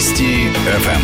Вести ФМ.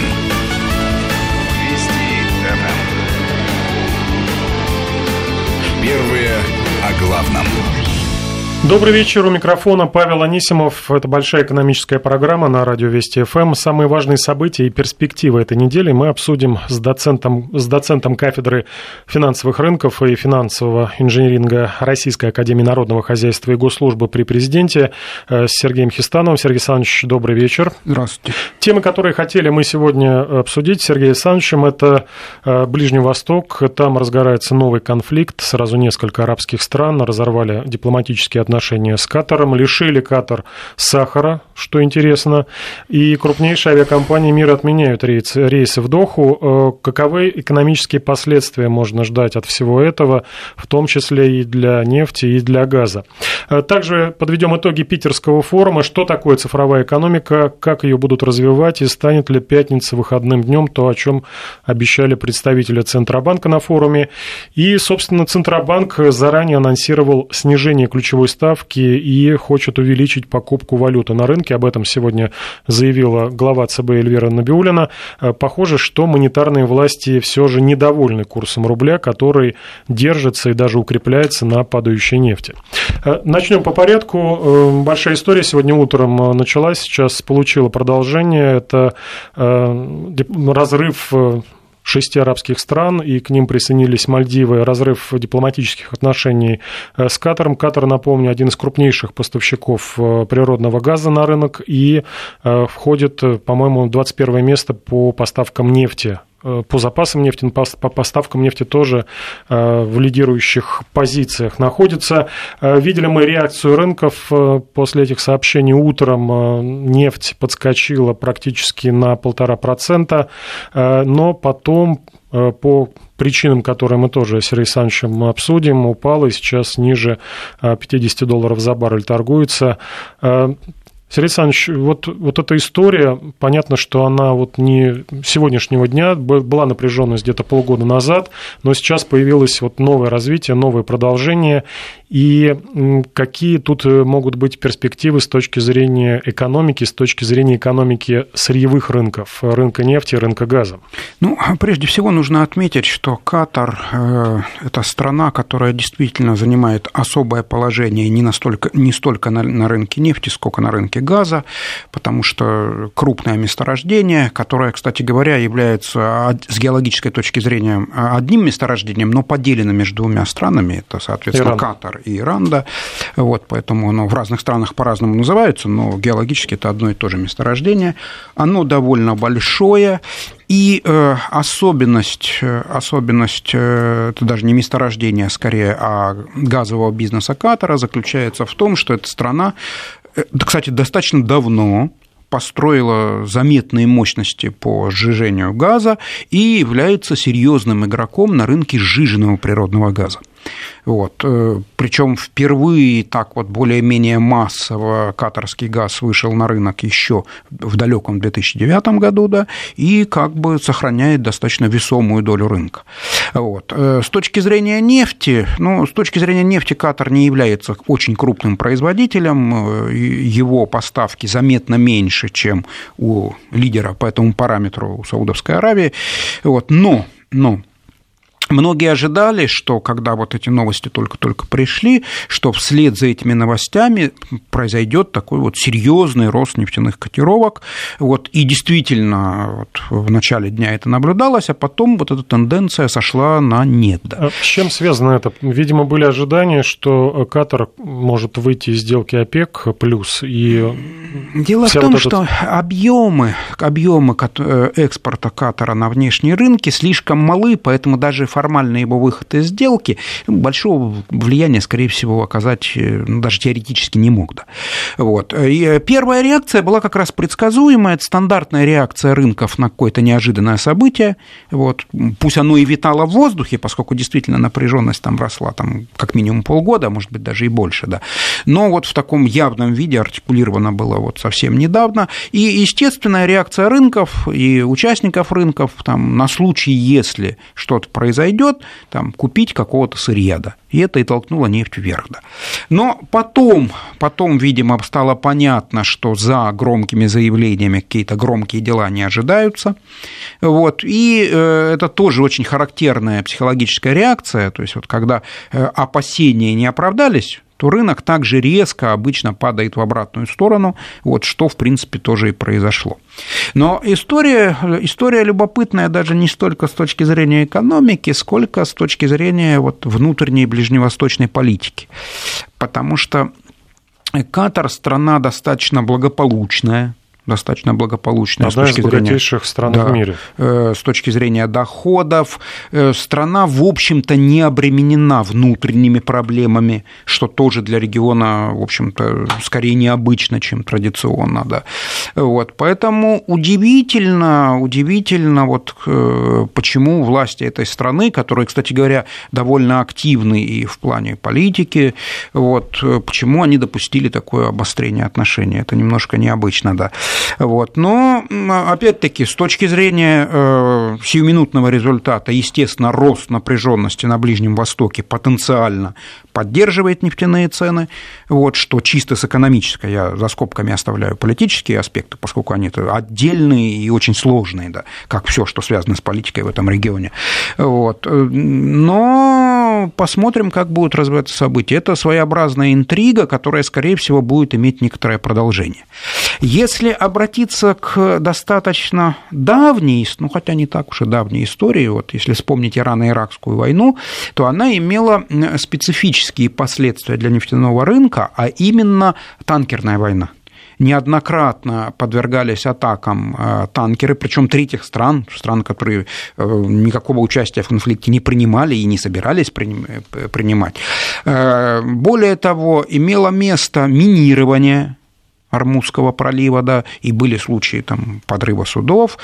Первые о главном. Добрый вечер, у микрофона Павел Анисимов. Это большая экономическая программа на радио Вести ФМ. Самые важные события и перспективы этой недели мы обсудим с доцентом кафедры финансовых рынков и финансового инжиниринга Российской академии народного хозяйства и госслужбы при президенте с Сергеем Хистановым. Сергей Александрович, добрый вечер. Здравствуйте. Темы, которые хотели мы сегодня обсудить с Сергеем Александровичем, это Ближний Восток. Там разгорается новый конфликт. Сразу несколько арабских стран разорвали дипломатические отношения с Катаром, лишили Катар сахара, что интересно, и крупнейшие авиакомпании мира отменяют рейсы в Доху. Каковы экономические последствия можно ждать от всего этого, в том числе и для нефти, и для газа? Также подведем итоги Питерского форума, что такое цифровая экономика, как ее будут развивать, и станет ли пятница выходным днем, то, о чем обещали представители Центробанка на форуме. И, собственно, Центробанк заранее анонсировал снижение ключевой ставки и хочет увеличить покупку валюты на рынке. Об этом сегодня заявила глава ЦБ Эльвира Набиуллина. Похоже, что монетарные власти все же недовольны курсом рубля, который держится и даже укрепляется на падающей нефти. Начнем по порядку. Большая история сегодня утром началась, сейчас получила продолжение. Это разрыв 6 арабских стран, и к ним присоединились Мальдивы, разрыв дипломатических отношений с Катаром. Катар, напомню, один из крупнейших поставщиков природного газа на рынок и входит, по-моему, 21 место по поставкам нефти. По запасам нефти, по поставкам нефти тоже в лидирующих позициях находится. Видели мы реакцию рынков после этих сообщений. Утром нефть подскочила практически на 1,5%, но потом по причинам, которые мы тоже с Сергеем Александровичем обсудим, упала и сейчас ниже $50 за баррель торгуется. Сергей Александрович, вот эта история, понятно, что она вот не сегодняшнего дня, была напряженность где-то полгода назад, но сейчас появилось вот новое развитие, новое продолжение, и какие тут могут быть перспективы с точки зрения экономики, сырьевых рынков, рынка нефти, рынка газа? Ну, прежде всего нужно отметить, что Катар – это страна, которая действительно занимает особое положение не столько на рынке нефти, сколько на рынке газа, потому что крупное месторождение, которое, кстати говоря, является с геологической точки зрения одним месторождением, но поделено между двумя странами, это, соответственно, Иран. Катар и Иран, да. Вот, поэтому оно в разных странах по-разному называется, но геологически это одно и то же месторождение, оно довольно большое. И особенность, это даже не месторождение, скорее, а газового бизнеса Катара заключается в том, что эта страна, кстати, достаточно давно построила заметные мощности по сжижению газа и является серьезным игроком на рынке сжиженного природного газа. Вот. Причем впервые так вот более-менее массово катарский газ вышел на рынок еще в далеком 2009 году, да, и как бы сохраняет достаточно весомую долю рынка. Вот. С точки зрения нефти, Катар не является очень крупным производителем, его поставки заметно меньше, чем у лидера по этому параметру у Саудовской Аравии. Вот. Но многие ожидали, что когда вот эти новости только-только пришли, что вслед за этими новостями произойдет такой вот серьезный рост нефтяных котировок. Вот, и действительно, вот в начале дня это наблюдалось, а потом вот эта тенденция сошла на нет. Да. С чем связано это? Видимо, были ожидания, что Катар может выйти из сделки ОПЕК+. Дело в том, что объемы экспорта Катара на внешние рынки слишком малы, поэтому даже формальный его выход из сделки большого влияния, скорее всего, оказать даже теоретически не мог. Да. Вот. И первая реакция была как раз предсказуемая, это стандартная реакция рынков на какое-то неожиданное событие. Вот. Пусть оно и витало в воздухе, поскольку действительно напряженность там росла как минимум полгода, а может быть, даже и больше. Да. Но вот в таком явном виде артикулировано было вот совсем недавно. И естественная реакция рынков и участников рынков на случай, если что-то произойдет, произойдет, там, купить какого-то сырья, да. И это и толкнуло нефть вверх, да. Но потом, видимо, стало понятно, что за громкими заявлениями какие-то громкие дела не ожидаются. Вот. И это тоже очень характерная психологическая реакция, то есть вот когда опасения не оправдались, то рынок также резко обычно падает в обратную сторону, вот, что, в принципе, тоже и произошло. Но история любопытная даже не столько с точки зрения экономики, сколько с точки зрения вот, внутренней ближневосточной политики. Потому что Катар – страна достаточно благополучная, Одна с точки из богатейших стран в мире. С точки зрения доходов. Страна, в общем-то, не обременена внутренними проблемами, что тоже для региона, в общем-то, скорее необычно, чем традиционно. Да. Вот. Поэтому удивительно, вот, почему власти этой страны, которые, кстати говоря, довольно активны и в плане политики, вот, почему они допустили такое обострение отношений. Это немножко необычно, да. Вот. Но, опять-таки, с точки зрения сиюминутного результата, естественно, рост напряженности на Ближнем Востоке потенциально поддерживает нефтяные цены, вот, что чисто с экономической, я за скобками оставляю политические аспекты, поскольку они отдельные и очень сложные, да, как все, что связано с политикой в этом регионе. Вот. Но посмотрим, как будут развиваться события. Это своеобразная интрига, которая, скорее всего, будет иметь некоторое продолжение. Если обратиться к достаточно давней, ну, хотя не так уж и давней истории, вот, если вспомнить Ирано-Иракскую войну, то она имела специфические последствия для нефтяного рынка, а именно танкерная война. Неоднократно подвергались атакам танкеры, причем третьих стран, которые никакого участия в конфликте не принимали и не собирались принимать. Более того, имело место минирование Ормузского пролива, да, и были случаи там, подрыва судов,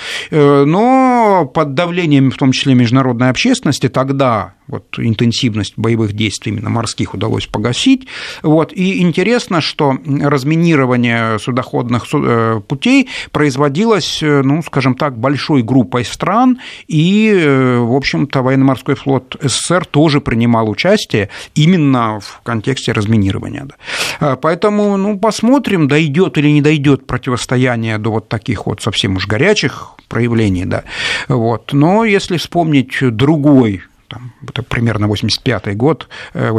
но под давлением, в том числе международной общественности, тогда вот, интенсивность боевых действий именно морских удалось погасить. Вот, и интересно, что разминирование судоходных путей производилось, ну, скажем так, большой группой стран, и, в общем-то, военно-морской флот СССР тоже принимал участие именно в контексте разминирования. Да. Поэтому, ну, посмотрим, дойдет или не дойдет противостояние до вот таких вот совсем уж горячих проявлений, да. Вот. Но если вспомнить другой, там, это примерно 85-й год,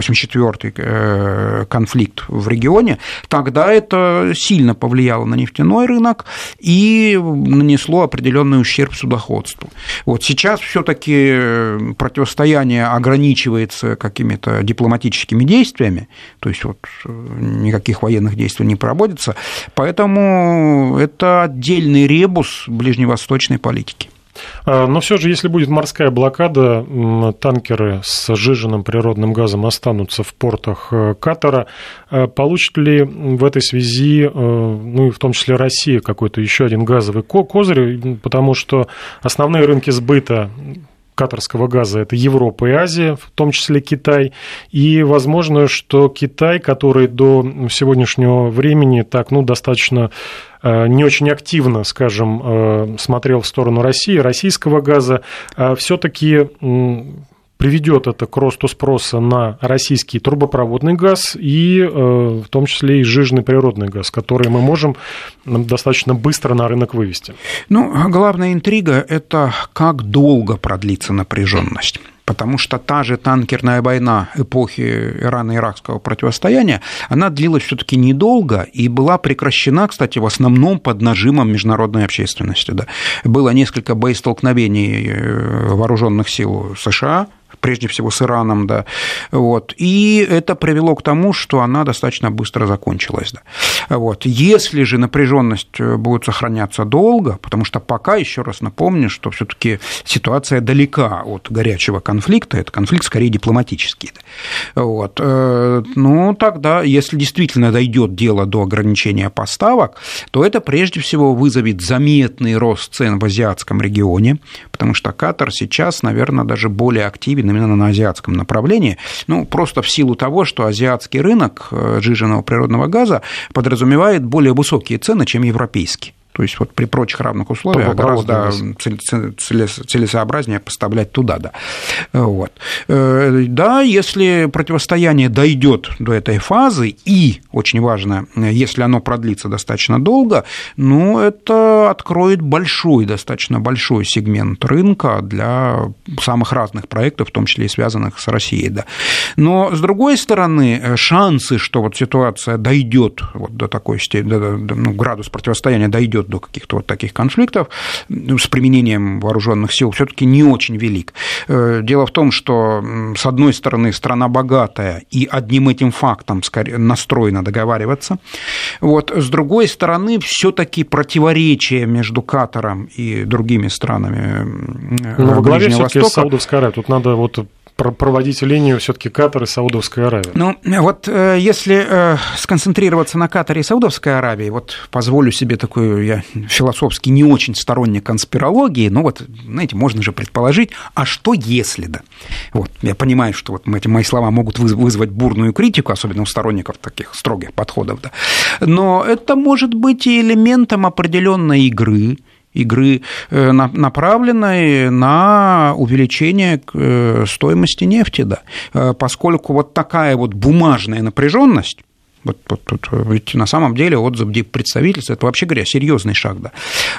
84-й конфликт в регионе, тогда это сильно повлияло на нефтяной рынок и нанесло определенный ущерб судоходству. Вот сейчас все-таки противостояние ограничивается какими-то дипломатическими действиями, то есть вот никаких военных действий не проводится, поэтому это отдельный ребус ближневосточной политики. Но все же, если будет морская блокада, танкеры с сжиженным природным газом останутся в портах Катара. Получит ли в этой связи, ну и в том числе Россия, какой-то еще один газовый козырь? Потому что основные рынки сбыта катарского газа – это Европа и Азия, в том числе Китай. И возможно, что Китай, который до сегодняшнего времени так, ну, достаточно не очень активно, скажем, смотрел в сторону России, российского газа, все-таки приведет это к росту спроса на российский трубопроводный газ и в том числе и сжиженный природный газ, который мы можем достаточно быстро на рынок вывести. Ну, главная интрига – это как долго продлится напряженность. Потому что та же танкерная война эпохи Ирано-Иракского противостояния, она длилась все-таки недолго и была прекращена, кстати, в основном под нажимом международной общественности. Да. Было несколько боестолкновений вооруженных сил США, прежде всего с Ираном, да, вот, и это привело к тому, что она достаточно быстро закончилась, да. Вот. Если же напряженность будет сохраняться долго, потому что пока, еще раз напомню, что все-таки ситуация далека от горячего конфликта, это конфликт скорее дипломатический, да. Вот. Ну, тогда, если действительно дойдет дело до ограничения поставок, то это прежде всего вызовет заметный рост цен в азиатском регионе, потому что Катар сейчас, наверное, даже более активен именно на азиатском направлении, ну, просто в силу того, что азиатский рынок сжиженного природного газа подразумевает более высокие цены, чем европейский. То то есть вот при прочих равных условиях гораздо целесообразнее поставлять туда, да. Вот. Да, если противостояние дойдет до этой фазы, и, очень важно, если оно продлится достаточно долго, это откроет достаточно большой сегмент рынка для самых разных проектов, в том числе и связанных с Россией, да. Но, с другой стороны, шансы, что вот ситуация дойдет вот до такой степени, градус противостояния дойдет до каких-то вот таких конфликтов с применением вооруженных сил, все-таки не очень велик. Дело в том, что, с одной стороны, страна богатая, и одним этим фактом настроена договариваться. Вот. С другой стороны, все-таки противоречие между Катаром и другими странами во главе Ближнего все-таки Востока. Саудовская Аравия. Тут надо проводить линию все-таки Катар и Саудовская Аравия. Если сконцентрироваться на Катаре и Саудовской Аравии, позволю себе такую, я философски не очень сторонник конспирологии, но знаете, можно же предположить, а что если, да? Я понимаю, что эти мои слова могут вызвать бурную критику, особенно у сторонников таких строгих подходов, да. Но это может быть и элементом определенной игры, направленной на увеличение стоимости нефти, да, поскольку такая бумажная напряженность, ведь на самом деле отзыв представительства – это, вообще говоря, серьезный шаг. Да.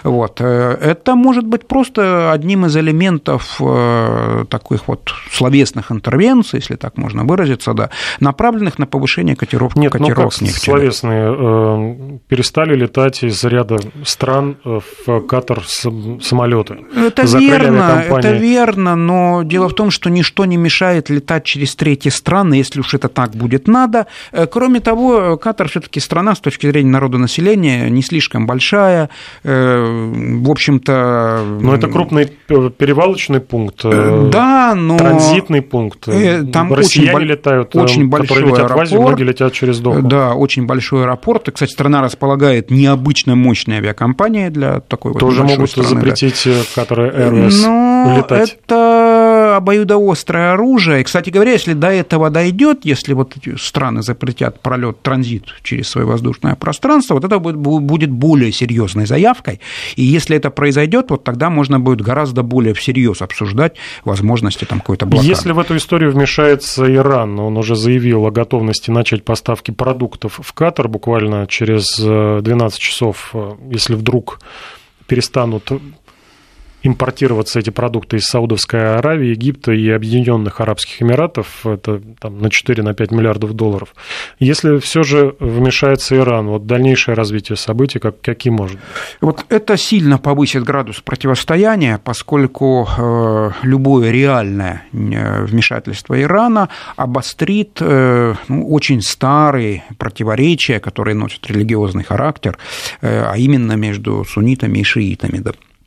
Это может быть просто одним из элементов таких словесных интервенций, если так можно выразиться, да, направленных на повышение котировок нефти. Словесные перестали летать из ряда стран в Катар самолеты. Это верно, но дело в том, что ничто не мешает летать через третьи страны, если уж это так будет надо. Кроме того, Катар все-таки страна с точки зрения народонаселения не слишком большая, в общем-то... Но это крупный перевалочный пункт, да, но... транзитный пункт. Там россияне летают, очень которые летят аэропорт, в Азию, многие летят через Доху. Да, очень большой аэропорт. И, кстати, страна располагает необычно мощной авиакомпанией для такой тоже большой могут страны. запретить Катар Airways летать. Это обоюдоострое оружие. И, кстати говоря, если до этого дойдет, если эти страны запретят транзит через свое воздушное пространство, это будет более серьезной заявкой. И если это произойдет, тогда можно будет гораздо более всерьез обсуждать возможности какой-то блокады. Если в эту историю вмешается Иран, он уже заявил о готовности начать поставки продуктов в Катар буквально через 12 часов, если вдруг перестанут импортироваться эти продукты из Саудовской Аравии, Египта и Объединенных Арабских Эмиратов, это на 4-5 миллиардов долларов. Если все же вмешается Иран, дальнейшее развитие событий каким может быть? Это сильно повысит градус противостояния, поскольку любое реальное вмешательство Ирана обострит очень старые противоречия, которые носят религиозный характер, а именно между суннитами и шиитами.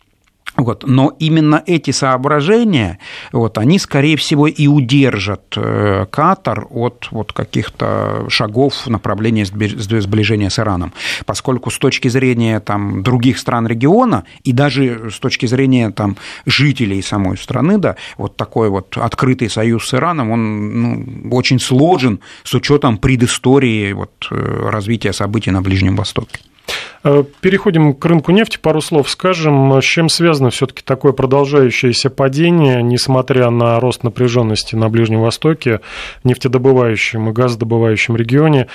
Но именно эти соображения, они, скорее всего, и удержат Катар от каких-то шагов в направлении сближения с Ираном, поскольку с точки зрения других стран региона и даже с точки зрения жителей самой страны, да, такой открытый союз с Ираном, он очень сложен с учетом предыстории развития событий на Ближнем Востоке. Переходим к рынку нефти, пару слов скажем, с чем связано все-таки такое продолжающееся падение, несмотря на рост напряженности на Ближнем Востоке, нефтедобывающем и газодобывающем регионе.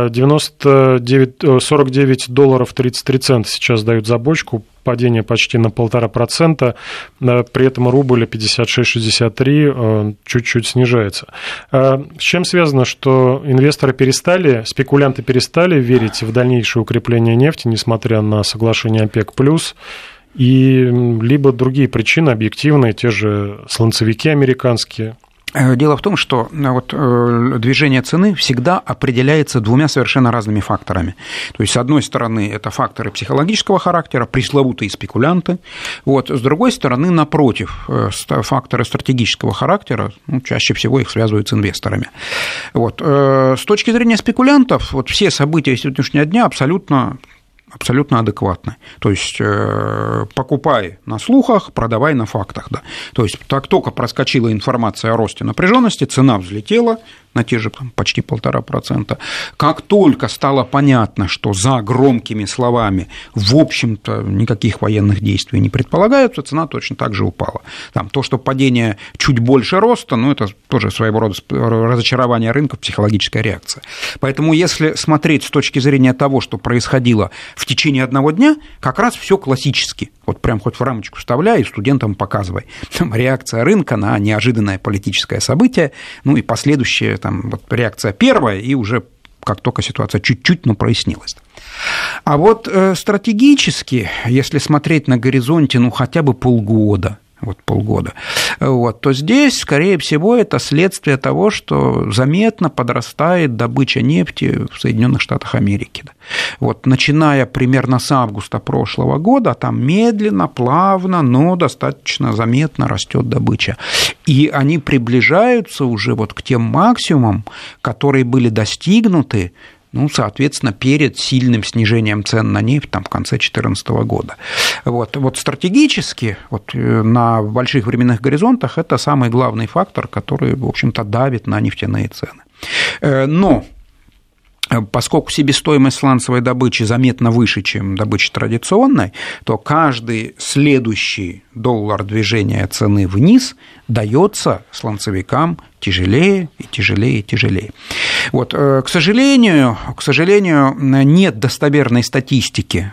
$49 33 цента сейчас дают за бочку, падение почти на 1,5%, при этом рубль 56,63 чуть-чуть снижается. С чем связано, что спекулянты перестали верить в дальнейшее укрепление нефти, несмотря на соглашение ОПЕК+, и либо другие причины объективные, те же сланцевики американские? Дело в том, что движение цены всегда определяется двумя совершенно разными факторами. То есть, с одной стороны, это факторы психологического характера, пресловутые спекулянты. С другой стороны, напротив, факторы стратегического характера, чаще всего их связывают с инвесторами. С точки зрения спекулянтов, все события сегодняшнего дня абсолютно абсолютно адекватны. То есть покупай на слухах, продавай на фактах. Да. То есть как только проскочила информация о росте напряженности, цена взлетела на те же почти 1,5%. Как только стало понятно, что за громкими словами, в общем-то, никаких военных действий не предполагается, цена точно так же упала. Там, то, что падение чуть больше роста, это тоже своего рода разочарование рынка, психологическая реакция. Поэтому если смотреть с точки зрения того, что происходило в течение одного дня, как раз все классически. Вот прям хоть в рамочку вставляй и студентам показывай. Там реакция рынка на неожиданное политическое событие, и последующая реакция первая, и уже как только ситуация чуть-чуть, прояснилась. А вот стратегически, если смотреть на горизонте, хотя бы полгода, то здесь, скорее всего, это следствие того, что заметно подрастает добыча нефти в Соединенных Штатах Америки. Начиная примерно с августа прошлого года, там медленно, плавно, но достаточно заметно растет добыча. И они приближаются уже к тем максимумам, которые были достигнуты, соответственно, перед сильным снижением цен на нефть в конце 2014 года. Стратегически, на больших временных горизонтах, это самый главный фактор, который, в общем-то, давит на нефтяные цены. Но поскольку себестоимость сланцевой добычи заметно выше, чем добыча традиционной, то каждый следующий доллар движения цены вниз дается сланцевикам тяжелее и тяжелее и тяжелее. К сожалению, нет достоверной статистики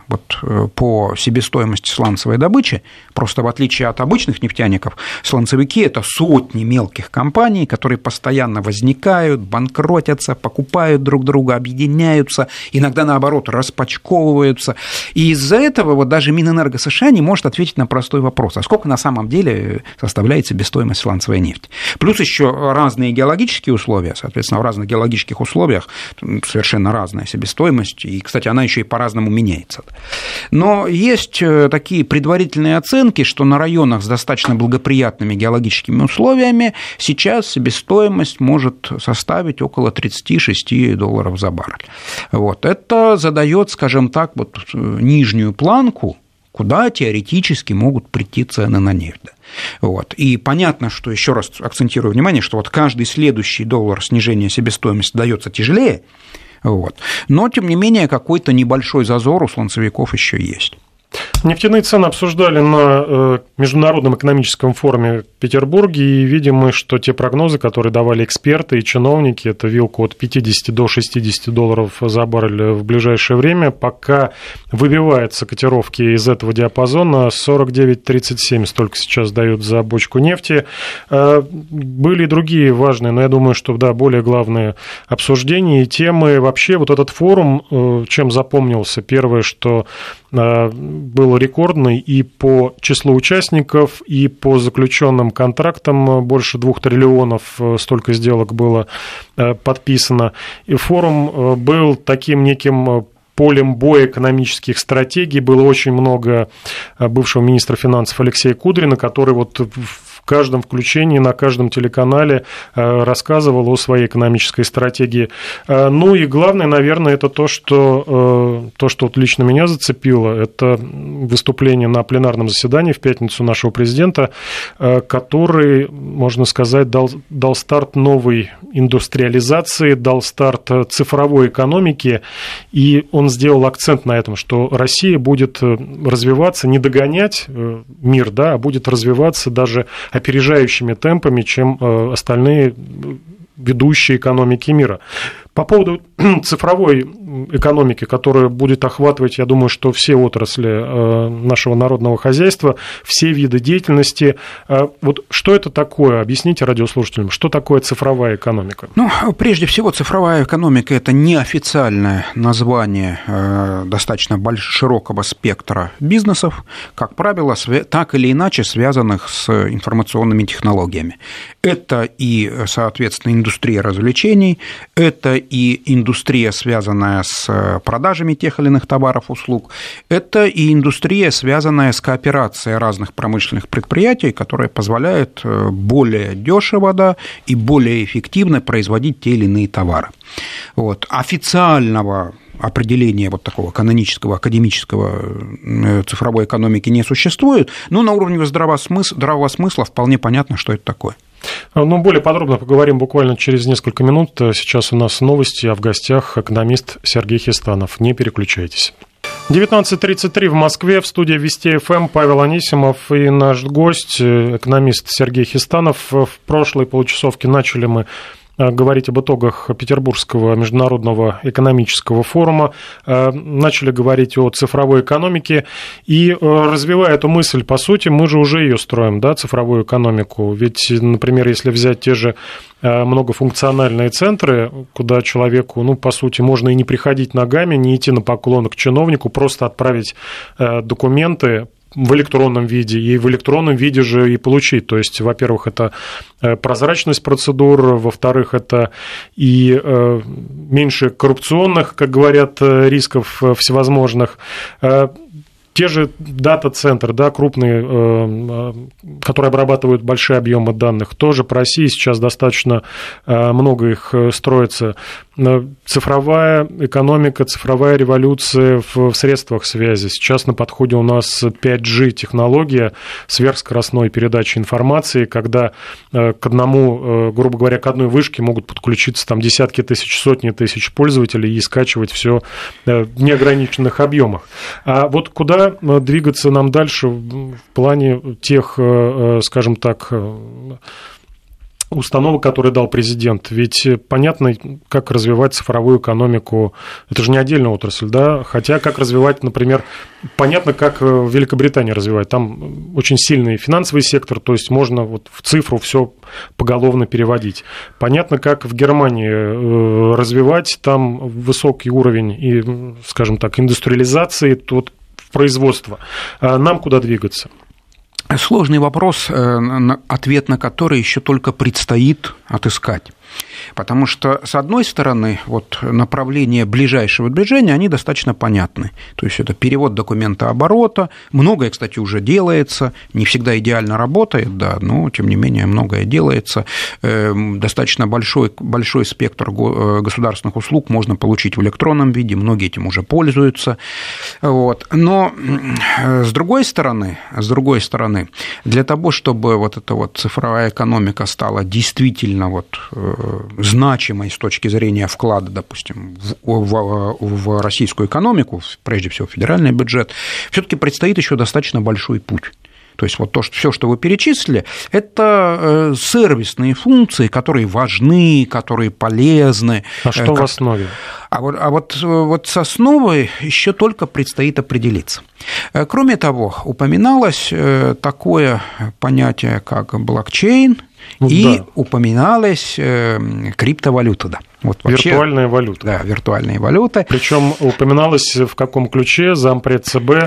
по себестоимости сланцевой добычи. Просто в отличие от обычных нефтяников, сланцевики – это сотни мелких компаний, которые постоянно возникают, банкротятся, покупают друг друга, объединяются, иногда, наоборот, распачковываются. И из-за этого даже Минэнерго США не может ответить на простой вопрос: а сколько на самом деле составляет себестоимость сланцевой нефти? Плюс еще разные геологические условия, соответственно, в разных геологических условиях совершенно разная себестоимость, и, кстати, она еще и по-разному меняется. Но есть такие предварительные оценки, что на районах с достаточно благоприятными геологическими условиями сейчас себестоимость может составить около $36 за баррель. Это задает, скажем так, нижнюю планку, куда теоретически могут прийти цены на нефть. И понятно, что, еще раз акцентирую внимание, что каждый следующий доллар снижения себестоимости дается тяжелее, но, тем не менее, какой-то небольшой зазор у сланцевиков еще есть. Нефтяные цены обсуждали на Международном экономическом форуме в Петербурге, и видимо, что те прогнозы, которые давали эксперты и чиновники, это вилку от 50 до $60 за баррель в ближайшее время, пока выбиваются котировки из этого диапазона. 49,37 столько сейчас дают за бочку нефти. Были и другие важные, но я думаю, что более главные обсуждения и темы. Вообще этот форум чем запомнился? Первое, что был рекордный и по числу участников, и по заключенным контрактам, больше 2 триллионов, столько сделок было подписано. И форум был таким неким полем боя экономических стратегий. Было очень много бывшего министра финансов Алексея Кудрина, который в каждом включении, на каждом телеканале рассказывал о своей экономической стратегии. И главное, наверное, это то, что лично меня зацепило, это выступление на пленарном заседании в пятницу нашего президента, который, можно сказать, дал старт новой индустриализации, дал старт цифровой экономике, и он сделал акцент на этом, что Россия будет развиваться, не догонять мир, а будет развиваться даже опережающими темпами, чем остальные ведущие экономики мира. По поводу цифровой экономики, которая будет охватывать, я думаю, что все отрасли нашего народного хозяйства, все виды деятельности. Что это такое? Объясните радиослушателям, что такое цифровая экономика? Прежде всего, цифровая экономика – это неофициальное название достаточно широкого спектра бизнесов, как правило, так или иначе связанных с информационными технологиями. Это и, соответственно, индустрия развлечений, это и индустрия, связанная с продажами тех или иных товаров, услуг, это и индустрия, связанная с кооперацией разных промышленных предприятий, которые позволяют более дешево и более эффективно производить те или иные товары. Официального определения вот такого канонического, академического цифровой экономики не существует, но на уровне здравого смысла вполне понятно, что это такое. Ну, более подробно поговорим буквально через несколько минут. Сейчас у нас новости, а в гостях экономист Сергей Хистанов. Не переключайтесь. 19:33 в Москве, в студии Вести ФМ Павел Анисимов и наш гость, экономист Сергей Хистанов. В прошлой получасовке начали мы говорить об итогах Петербургского международного экономического форума, начали говорить о цифровой экономике, и, развивая эту мысль, по сути, мы же уже ее строим, да, цифровую экономику, ведь, например, если взять те же многофункциональные центры, куда человеку, ну, по сути, можно и не приходить ногами, не идти на поклон к чиновнику, просто отправить документы в электронном виде, и в электронном виде же и получить. То есть, во-первых, это прозрачность процедур, во-вторых, это и меньше коррупционных, как говорят, рисков всевозможных. Те же дата-центры, да, крупные, которые обрабатывают большие объемы данных, тоже по России сейчас достаточно много их строится. Цифровая экономика, цифровая революция в средствах связи. Сейчас на подходе у нас 5G-технология сверхскоростной передачи информации, когда к одному, грубо говоря, к одной вышке могут подключиться там десятки тысяч, сотни тысяч пользователей и скачивать все в неограниченных объемах. А вот куда двигаться нам дальше в плане тех, скажем так, установок, которые дал президент? Ведь понятно, как развивать цифровую экономику, это же не отдельная отрасль, да, хотя как развивать, например, понятно, как в Великобритании развивать, там очень сильный финансовый сектор, то есть можно вот в цифру все поголовно переводить. Понятно, как в Германии развивать, там высокий уровень и, скажем так, индустриализации, тут производства. Нам куда двигаться? Сложный вопрос, ответ на который еще только предстоит отыскать. Потому что, с одной стороны, вот направления ближайшего движения, они достаточно понятны. То есть, это перевод документа оборота. Многое, кстати, уже делается. Не всегда идеально работает, да, но, тем не менее, многое делается. Достаточно большой спектр государственных услуг можно получить в электронном виде. Многие этим уже пользуются. Вот. Но, с другой стороны, для того, чтобы вот эта вот цифровая экономика стала действительно вот значимой с точки зрения вклада, допустим, в российскую экономику, прежде всего федеральный бюджет, все-таки предстоит еще достаточно большой путь. То есть, вот то, что все, что вы перечислили, это сервисные функции, которые важны, которые полезны. А что в основе? А вот с основой еще только предстоит определиться. Кроме того, упоминалось такое понятие, как блокчейн, и да, упоминалась криптовалюта, да. Вот вообще, виртуальная валюта. Да, виртуальные валюты. Причем упоминалось в каком ключе зампред ЦБ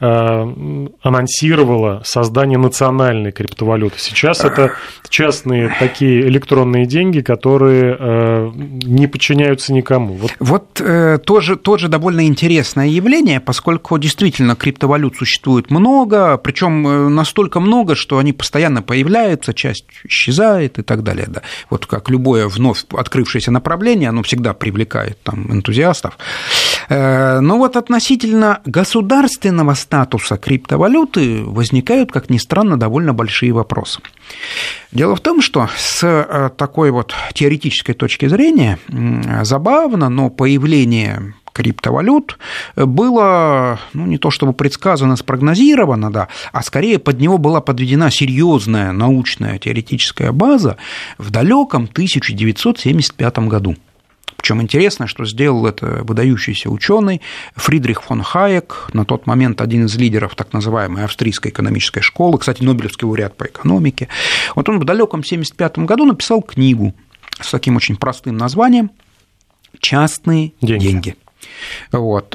анонсировала создание национальной криптовалюты. Сейчас это частные такие электронные деньги, которые не подчиняются никому. Вот тоже довольно интересное явление, поскольку действительно криптовалют существует много, причем настолько много, что они постоянно появляются, часть исчезает и так далее. Да. Вот как любое вновь открывшееся направление, оно всегда привлекает там энтузиастов. Но вот относительно государственного статуса криптовалюты возникают, как ни странно, довольно большие вопросы. Дело в том, что с такой вот теоретической точки зрения забавно, но появление криптовалют было, ну, не то чтобы предсказано, спрогнозировано, да, а скорее под него была подведена серьезная научная теоретическая база в далеком 1975 году. Причем интересно, что сделал это выдающийся ученый Фридрих фон Хайек, на тот момент один из лидеров так называемой австрийской экономической школы, кстати, Нобелевский лауреат по экономике. Вот он в далеком 1975 году написал книгу с таким очень простым названием «Частные деньги». Вот.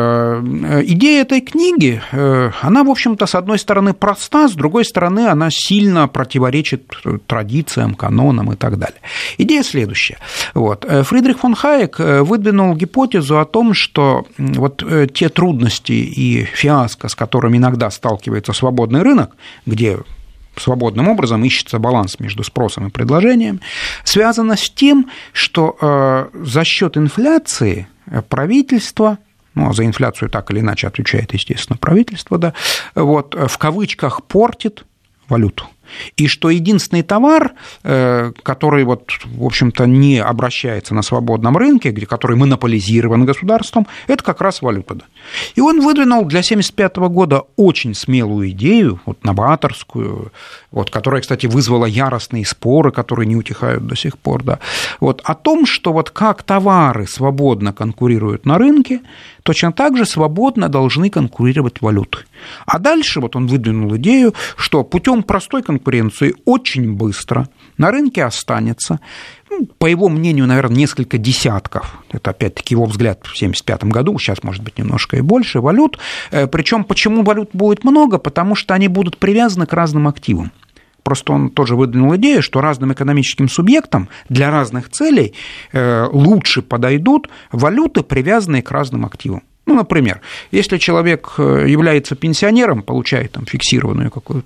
Идея этой книги, она, в общем-то, с одной стороны проста, с другой стороны, она сильно противоречит традициям, канонам и так далее. Идея следующая. Вот. Фридрих фон Хайек выдвинул гипотезу о том, что вот те трудности и фиаско, с которыми иногда сталкивается свободный рынок, где свободным образом ищется баланс между спросом и предложением, связано с тем, что за счет инфляции правительство, ну, а за инфляцию так или иначе отвечает, естественно, правительство, да, вот, в кавычках портит валюту. И что единственный товар, который, вот, в общем-то, не обращается на свободном рынке, который монополизирован государством, это как раз валюта. Да. И он выдвинул для 1975 года очень смелую идею, вот, новаторскую, вот, которая, кстати, вызвала яростные споры, которые не утихают до сих пор, да, вот, о том, что вот как товары свободно конкурируют на рынке, точно так же свободно должны конкурировать валюты. А дальше вот он выдвинул идею, что путем простой конкуренции очень быстро на рынке останется, ну, по его мнению, наверное, несколько десятков, это опять-таки его взгляд в 1975 году, сейчас, может быть, немножко и больше валют. Причем почему валют будет много? Потому что они будут привязаны к разным активам. Просто он тоже выдвинул идею, что разным экономическим субъектам для разных целей лучше подойдут валюты, привязанные к разным активам. Ну, например, если человек является пенсионером, получает там фиксированный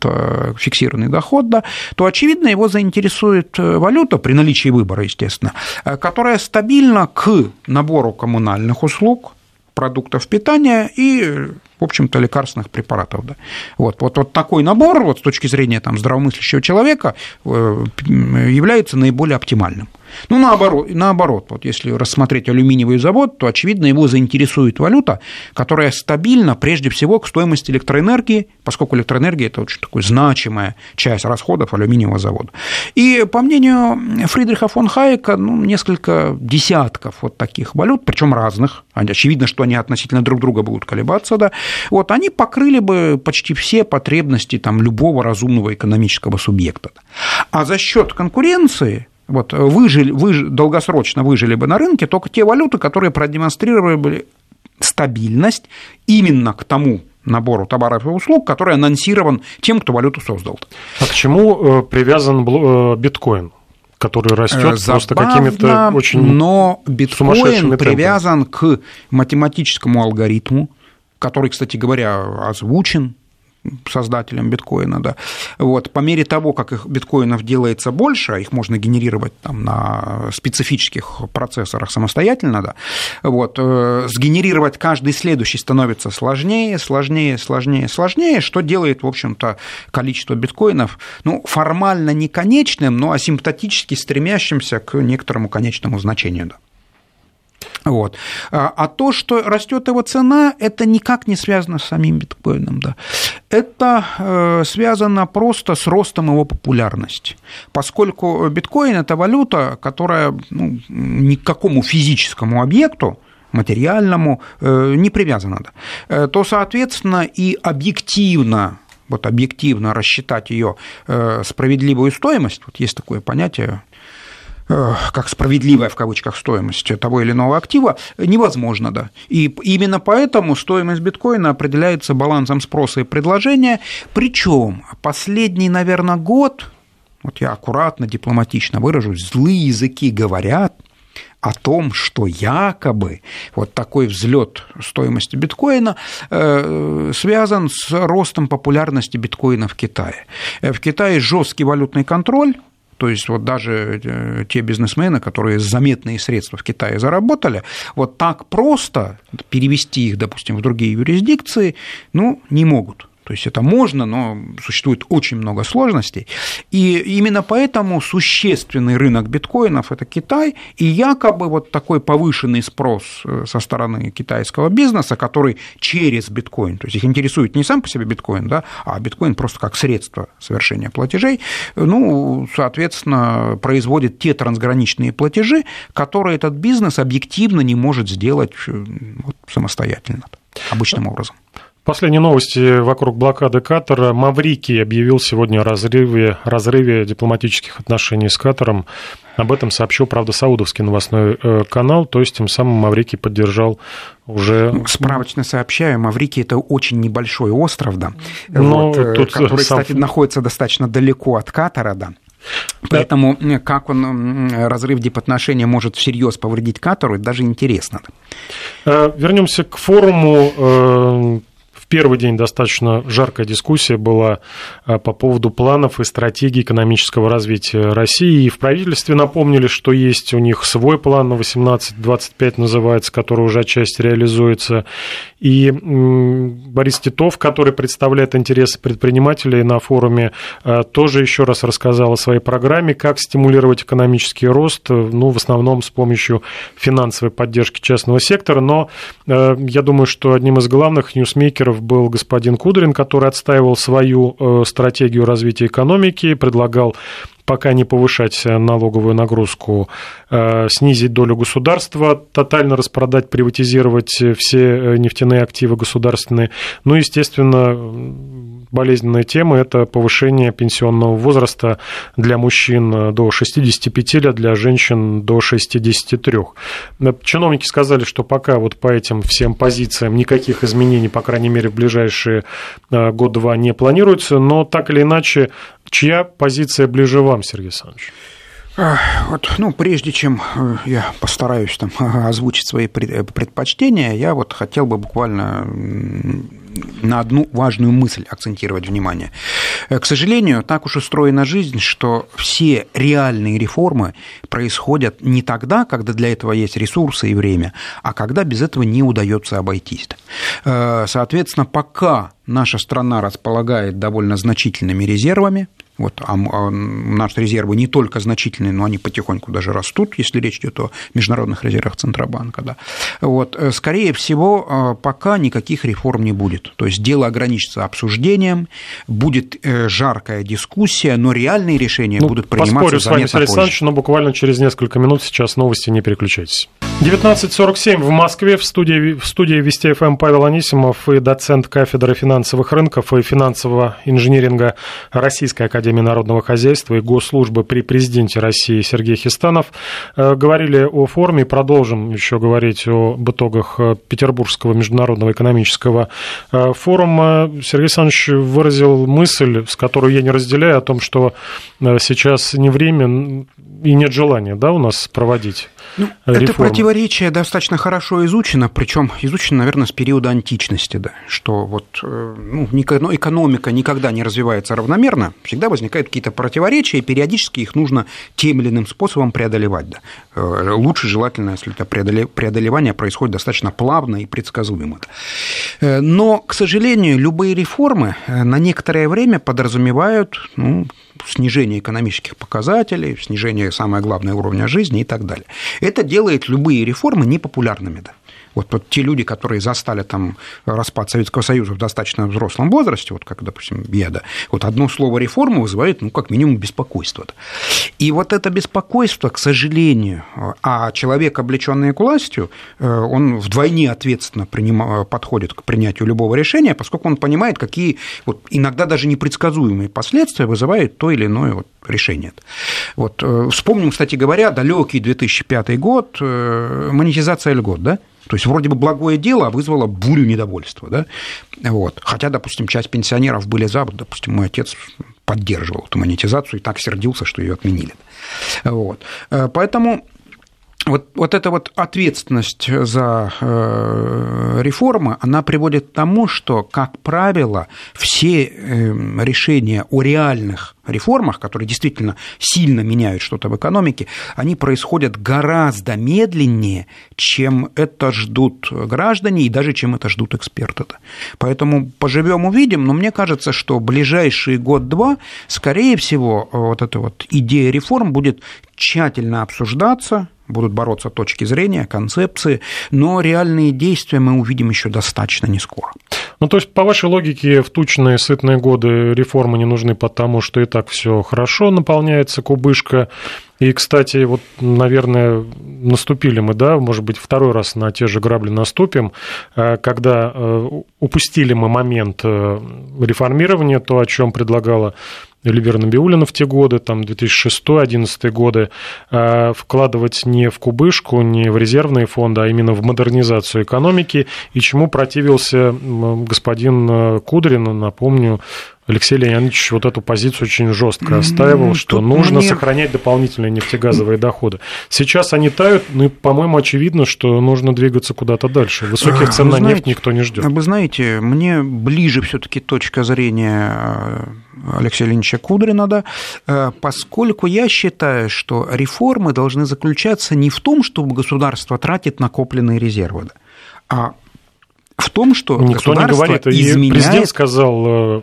доход, да, то, очевидно, его заинтересует валюта, при наличии выбора, естественно, которая стабильна к набору коммунальных услуг, продуктов питания и, в общем-то, лекарственных препаратов. Да. Вот такой набор, вот, с точки зрения там, здравомыслящего человека, является наиболее оптимальным. Ну, наоборот, вот, если рассмотреть алюминиевый завод, то, очевидно, его заинтересует валюта, которая стабильна прежде всего к стоимости электроэнергии, поскольку электроэнергия – это очень такая значимая часть расходов алюминиевого завода. И, по мнению Фридриха фон Хайека, ну, несколько десятков вот таких валют, причем разных, очевидно, что они относительно друг друга будут колебаться, да, вот, они покрыли бы почти все потребности там, любого разумного экономического субъекта. А за счет конкуренции вот, долгосрочно выжили бы на рынке только те валюты, которые продемонстрировали бы стабильность именно к тому набору товаров и услуг, который анонсирован тем, кто валюту создал. А к чему привязан биткоин, который растет просто какими-то очень но биткоин привязан к математическому алгоритму, который, кстати говоря, озвучен создателем биткоина, да. Вот, по мере того, как их биткоинов делается больше, а их можно генерировать там, на специфических процессорах самостоятельно, да, вот, сгенерировать каждый следующий становится сложнее, что делает, в общем-то, количество биткоинов, ну, формально не конечным, но асимптотически стремящимся к некоторому конечному значению, да. Вот. А то, что растет его цена, это никак не связано с самим биткоином. Да. Это связано просто с ростом его популярности. Поскольку биткоин – это валюта, которая ни к какому физическому объекту, материальному, не привязана. Да. То, соответственно, и объективно рассчитать ее справедливую стоимость, вот есть такое понятие, как справедливая, в кавычках, стоимость того или иного актива, невозможно, да. И именно поэтому стоимость биткоина определяется балансом спроса и предложения, причем последний, наверное, год, вот я аккуратно, дипломатично выражусь, злые языки говорят о том, что якобы вот такой взлет стоимости биткоина связан с ростом популярности биткоина в Китае. В Китае жесткий валютный контроль. То есть вот даже те бизнесмены, которые заметные средства в Китае заработали, вот так просто перевести их, допустим, в другие юрисдикции, не могут. То есть это можно, но существует очень много сложностей. И именно поэтому существенный рынок биткоинов – это Китай, и якобы вот такой повышенный спрос со стороны китайского бизнеса, который через биткоин, то есть их интересует не сам по себе биткоин, да, а биткоин просто как средство совершения платежей, соответственно, производит те трансграничные платежи, которые этот бизнес объективно не может сделать самостоятельно, обычным образом. Последние новости вокруг блокады Катара. Маврикий объявил сегодня о разрыве дипломатических отношений с Катаром. Об этом сообщил, правда, саудовский новостной канал, то есть тем самым Маврикий поддержал уже... Справочно сообщаю, Маврикий – это очень небольшой остров, да, который, кстати, находится достаточно далеко от Катара, да. Поэтому как разрыв дипотношений может всерьез повредить Катару, это даже интересно. Вернемся к форуму. в первый день достаточно жаркая дискуссия была по поводу планов и стратегий экономического развития России. И в правительстве напомнили, что есть у них свой план на 18-25 называется, который уже отчасти реализуется. И Борис Титов, который представляет интересы предпринимателей на форуме, тоже еще раз рассказал о своей программе, как стимулировать экономический рост, в основном с помощью финансовой поддержки частного сектора. Но я думаю, что одним из главных ньюсмейкеров был господин Кудрин, который отстаивал свою стратегию развития экономики, предлагал пока не повышать налоговую нагрузку, снизить долю государства, тотально распродать, приватизировать все нефтяные активы государственные. Естественно, болезненная тема – это повышение пенсионного возраста для мужчин до 65 лет, для женщин до 63. Чиновники сказали, что пока по этим всем позициям никаких изменений, по крайней мере, в ближайшие год-два не планируется, но так или иначе, чья позиция ближе вам, Сергей Александрович? Прежде чем я постараюсь озвучить свои предпочтения, я хотел бы буквально на одну важную мысль акцентировать внимание. К сожалению, так уж устроена жизнь, что все реальные реформы происходят не тогда, когда для этого есть ресурсы и время, а когда без этого не удается обойтись. Соответственно, пока наша страна располагает довольно значительными резервами, наши резервы не только значительные, но они потихоньку даже растут, если речь идет о международных резервах Центробанка. Да. Скорее всего, пока никаких реформ не будет. То есть дело ограничится обсуждением, будет жаркая дискуссия, но реальные решения будут приниматься заметно позже. Поспорю с вами, Сергей Александрович, но буквально через несколько минут. Сейчас новости, не переключайтесь. 19:47 в Москве. В студии Вести ФМ Павел Анисимов и доцент кафедры финансовых рынков и финансового инжиниринга Российской академии народного хозяйства и госслужбы при президенте России Сергей Хистанов. Говорили о форуме, продолжим еще говорить об итогах Петербургского международного экономического форума. Сергей Александрович выразил мысль, с которой я не разделяю, о том, что сейчас не время и нет желания, у нас проводить реформы. Это противоречие достаточно хорошо изучено, причем изучено, наверное, с периода античности, что экономика никогда не развивается равномерно, всегда возникают какие-то противоречия, и периодически их нужно тем или иным способом преодолевать. Да. Лучше желательно, если это преодолевание происходит достаточно плавно и предсказуемо. Но, к сожалению, любые реформы на некоторое время подразумевают снижение экономических показателей, снижение, самое главное, уровня жизни и так далее. Это делает любые реформы непопулярными. Да. Те люди, которые застали распад Советского Союза в достаточно взрослом возрасте, как, допустим, я, одно слово «реформа» вызывает, как минимум, беспокойство. И это беспокойство, к сожалению, а человек, облеченный к властью, он вдвойне ответственно подходит к принятию любого решения, поскольку он понимает, какие иногда даже непредсказуемые последствия вызывает то или иное решение. Вспомним, кстати говоря, далекий 2005 год, монетизация льгот, да? То есть, вроде бы благое дело вызвало бурю недовольства. Да? Хотя, допустим, часть пенсионеров были за, допустим, мой отец поддерживал эту монетизацию и так сердился, что ее отменили. Поэтому эта ответственность за реформы, она приводит к тому, что, как правило, все решения о реальных реформах, которые действительно сильно меняют что-то в экономике, они происходят гораздо медленнее, чем это ждут граждане и даже чем это ждут эксперты. Поэтому поживем увидим, но мне кажется, что ближайший год-два, скорее всего, эта идея реформ будет тщательно обсуждаться, будут бороться точки зрения, концепции, но реальные действия мы увидим еще достаточно не скоро. То есть, по вашей логике, в тучные, сытные годы реформы не нужны, потому что и так все хорошо, наполняется кубышка. И, кстати, наверное, наступили мы, может быть, второй раз на те же грабли наступим, когда упустили мы момент реформирования, то, о чем предлагала Эльвира Набиуллина в те годы, 2006-2011 годы, вкладывать не в кубышку, не в резервные фонды, а именно в модернизацию экономики, и чему противился господин Кудрин, напомню, Алексей Леонидович вот эту позицию очень жестко отстаивал, что нужно сохранять дополнительные нефтегазовые доходы. Сейчас они тают, и, по-моему, очевидно, что нужно двигаться куда-то дальше. Высоких цен на нефть никто не ждет. Вы знаете, мне ближе все-таки точка зрения Алексея Леонидовича Кудрина, да, поскольку я считаю, что реформы должны заключаться не в том, чтобы государство тратит накопленные резервы, да, а в том, что никто не говорит. изменяет... Президент сказал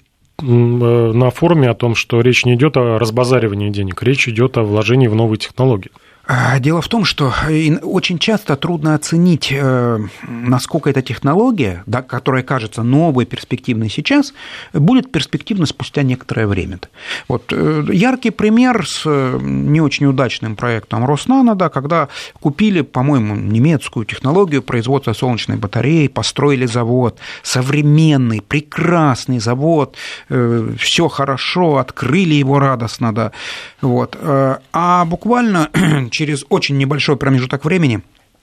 на форуме о том, что речь не идет о разбазаривании денег, речь идет о вложении в новые технологии. Дело в том, что очень часто трудно оценить, насколько эта технология, да, которая кажется новой, перспективной сейчас, будет перспективна спустя некоторое время. Вот яркий пример с не очень удачным проектом Роснано, да, когда купили, по-моему, немецкую технологию производства солнечной батареи, построили завод, современный, прекрасный завод, все хорошо, открыли его радостно, да, вот. А буквально через очень небольшой промежуток времени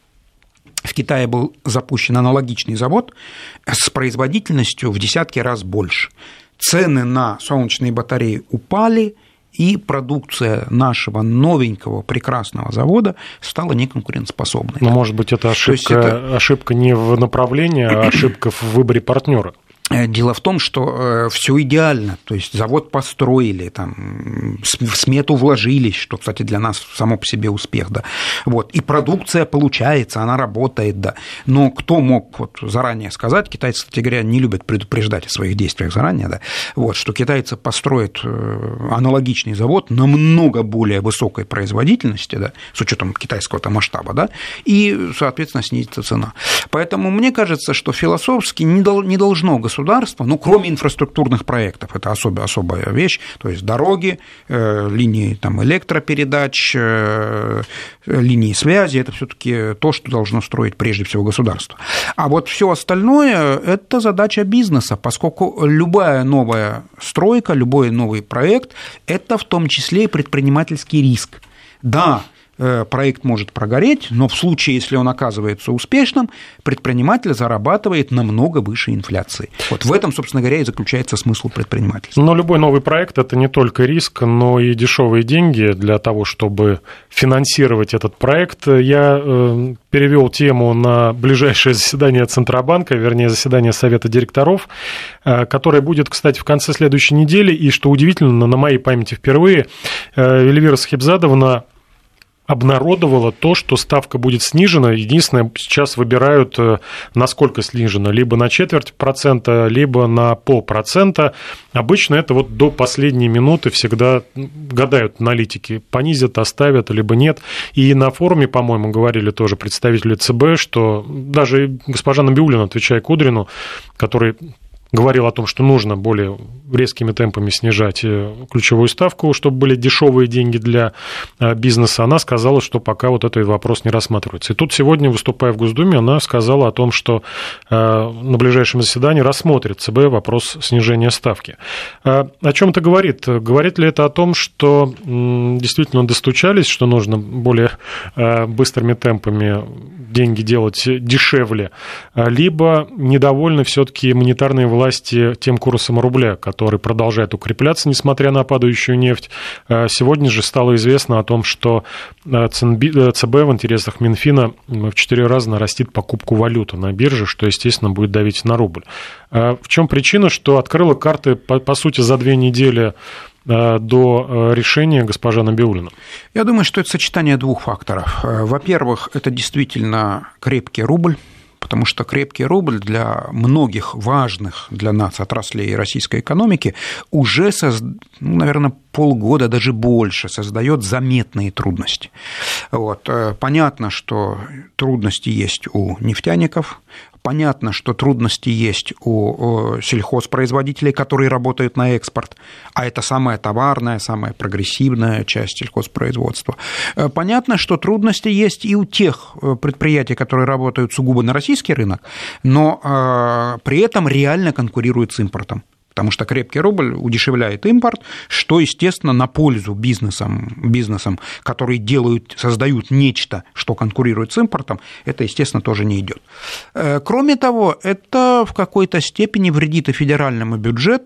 в Китае был запущен аналогичный завод с производительностью в десятки раз больше. Цены на солнечные батареи упали, и продукция нашего новенького прекрасного завода стала неконкурентоспособной. Но, может быть, это ошибка не в направлении, а ошибка в выборе партнера. Дело в том, что все идеально, то есть завод построили, там, в смету вложились, что, кстати, для нас само по себе успех, да, вот, и продукция получается, она работает, да, но кто мог вот заранее сказать, китайцы, кстати говоря, не любят предупреждать о своих действиях заранее, да, вот, что китайцы построят аналогичный завод намного более высокой производительности, да, с учетом китайского масштаба, да, и, соответственно, снизится цена. Поэтому мне кажется, что философски не должно государство, ну, кроме инфраструктурных проектов, это особая вещь, то есть дороги, линии там, электропередач, линии связи, это все-таки то, что должно строить прежде всего государство. А вот все остальное – это задача бизнеса, поскольку любая новая стройка, любой новый проект – это в том числе и предпринимательский риск. Да, проект может прогореть, но в случае, если он оказывается успешным, предприниматель зарабатывает намного выше инфляции. Вот в этом, собственно говоря, и заключается смысл предпринимательства. Но любой новый проект – это не только риск, но и дешевые деньги для того, чтобы финансировать этот проект. Я перевел тему на ближайшее заседание Центробанка, вернее, заседание Совета директоров, которое будет, кстати, в конце следующей недели. И, что удивительно, на моей памяти впервые, Эльвира Сахибзадовна обнародовала то, что ставка будет снижена. Единственное, сейчас выбирают, насколько снижена, либо на 0,25%, либо на 0,5%. Обычно это вот до последней минуты всегда гадают аналитики, понизят, оставят, либо нет. И на форуме, по-моему, говорили тоже представители ЦБ, что даже госпожа Набиуллина, отвечая Кудрину, который говорил о том, что нужно более резкими темпами снижать ключевую ставку, чтобы были дешевые деньги для бизнеса, она сказала, что пока вот этот вопрос не рассматривается. И тут сегодня, выступая в Госдуме, она сказала о том, что на ближайшем заседании рассмотрит ЦБ вопрос снижения ставки. О чем это говорит? Говорит ли это о том, что действительно достучались, что нужно более быстрыми темпами деньги делать дешевле, либо недовольны все-таки монетарные власти тем курсом рубля, который продолжает укрепляться, несмотря на падающую нефть. Сегодня же стало известно о том, что ЦБ в интересах Минфина в 4 раза нарастит покупку валюты на бирже, что, естественно, будет давить на рубль. В чем причина, что открыла карты, по сути, за 2 недели до решения госпожа Набиуллина? Я думаю, что это сочетание двух факторов. Во-первых, это действительно крепкий рубль, потому что крепкий рубль для многих важных для нас отраслей российской экономики уже, наверное, полгода, даже больше, создает заметные трудности. Вот. Понятно, что трудности есть у нефтяников, понятно, что трудности есть у сельхозпроизводителей, которые работают на экспорт, а это самая товарная, самая прогрессивная часть сельхозпроизводства. Понятно, что трудности есть и у тех предприятий, которые работают сугубо на российский рынок, но при этом реально конкурируют с импортом. Потому что крепкий рубль удешевляет импорт, что, естественно, на пользу бизнесам, которые создают нечто, что конкурирует с импортом, это, естественно, тоже не идет. Кроме того, это в какой-то степени вредит и федеральному бюджету,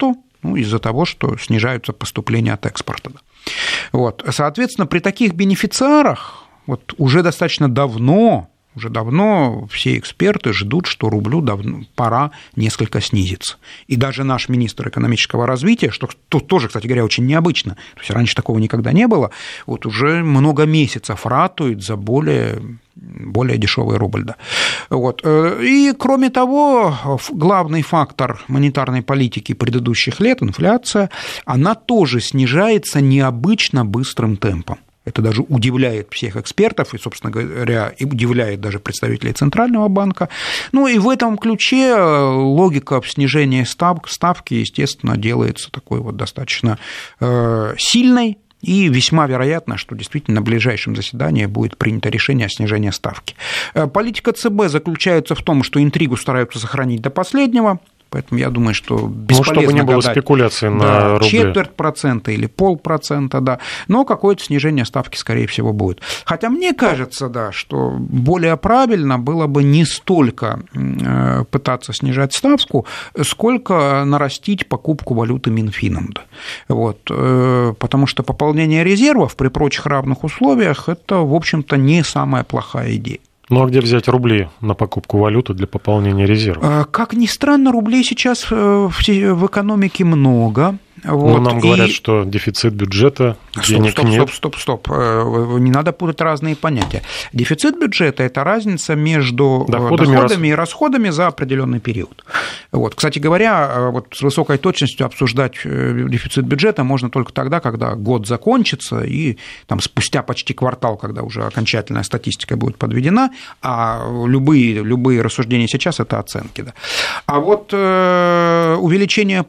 из-за того, что снижаются поступления от экспорта. Вот. Соответственно, при таких бенефициарах вот уже достаточно давно все эксперты ждут, что рублю пора несколько снизиться. И даже наш министр экономического развития, что тоже, кстати говоря, очень необычно, то есть раньше такого никогда не было, вот уже много месяцев ратует за более дешевый рубль. Да. Вот. И, кроме того, главный фактор монетарной политики предыдущих лет, инфляция, она тоже снижается необычно быстрым темпом. Это даже удивляет всех экспертов и, собственно говоря, и удивляет даже представителей Центрального банка. Ну и в этом ключе логика снижения ставки, естественно, делается такой вот достаточно сильной. И весьма вероятно, что действительно на ближайшем заседании будет принято решение о снижении ставки. Политика ЦБ заключается в том, что интригу стараются сохранить до последнего. Поэтому я думаю, что бесполезно чтобы не было гадать, спекуляций на рубле. 0,25% или 0,5%, да, но какое-то снижение ставки, скорее всего, будет. Хотя мне кажется, да, что более правильно было бы не столько пытаться снижать ставку, сколько нарастить покупку валюты Минфином. Да. Вот, потому что пополнение резервов при прочих равных условиях – это, в общем-то, не самая плохая идея. Ну, а где взять рубли на покупку валюты для пополнения резервов? Как ни странно, рублей сейчас в экономике много. Вот. Но нам говорят, что дефицит бюджета, денег нет. Стоп. Не надо путать разные понятия. Дефицит бюджета – это разница между доходами и расходами за определенный период. Вот. Кстати говоря, вот с высокой точностью обсуждать дефицит бюджета можно только тогда, когда год закончится, и там, спустя почти квартал, когда уже окончательная статистика будет подведена, а любые рассуждения сейчас – это оценки. Да. А вот увеличение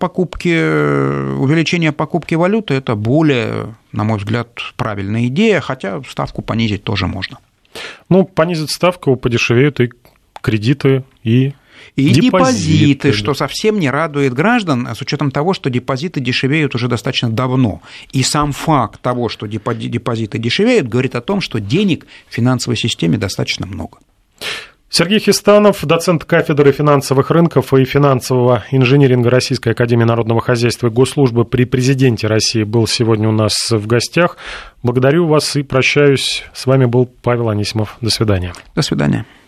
покупки валюты – это более, на мой взгляд, правильная идея, хотя ставку понизить тоже можно. Ну, понизить ставку, подешевеют и кредиты, и депозиты, что совсем не радует граждан, с учетом того, что депозиты дешевеют уже достаточно давно. И сам факт того, что депозиты дешевеют, говорит о том, что денег в финансовой системе достаточно много. Сергей Хистанов, доцент кафедры финансовых рынков и финансового инжиниринга Российской академии народного хозяйства и госслужбы при президенте России, был сегодня у нас в гостях. Благодарю вас и прощаюсь. С вами был Павел Анисимов. До свидания. До свидания.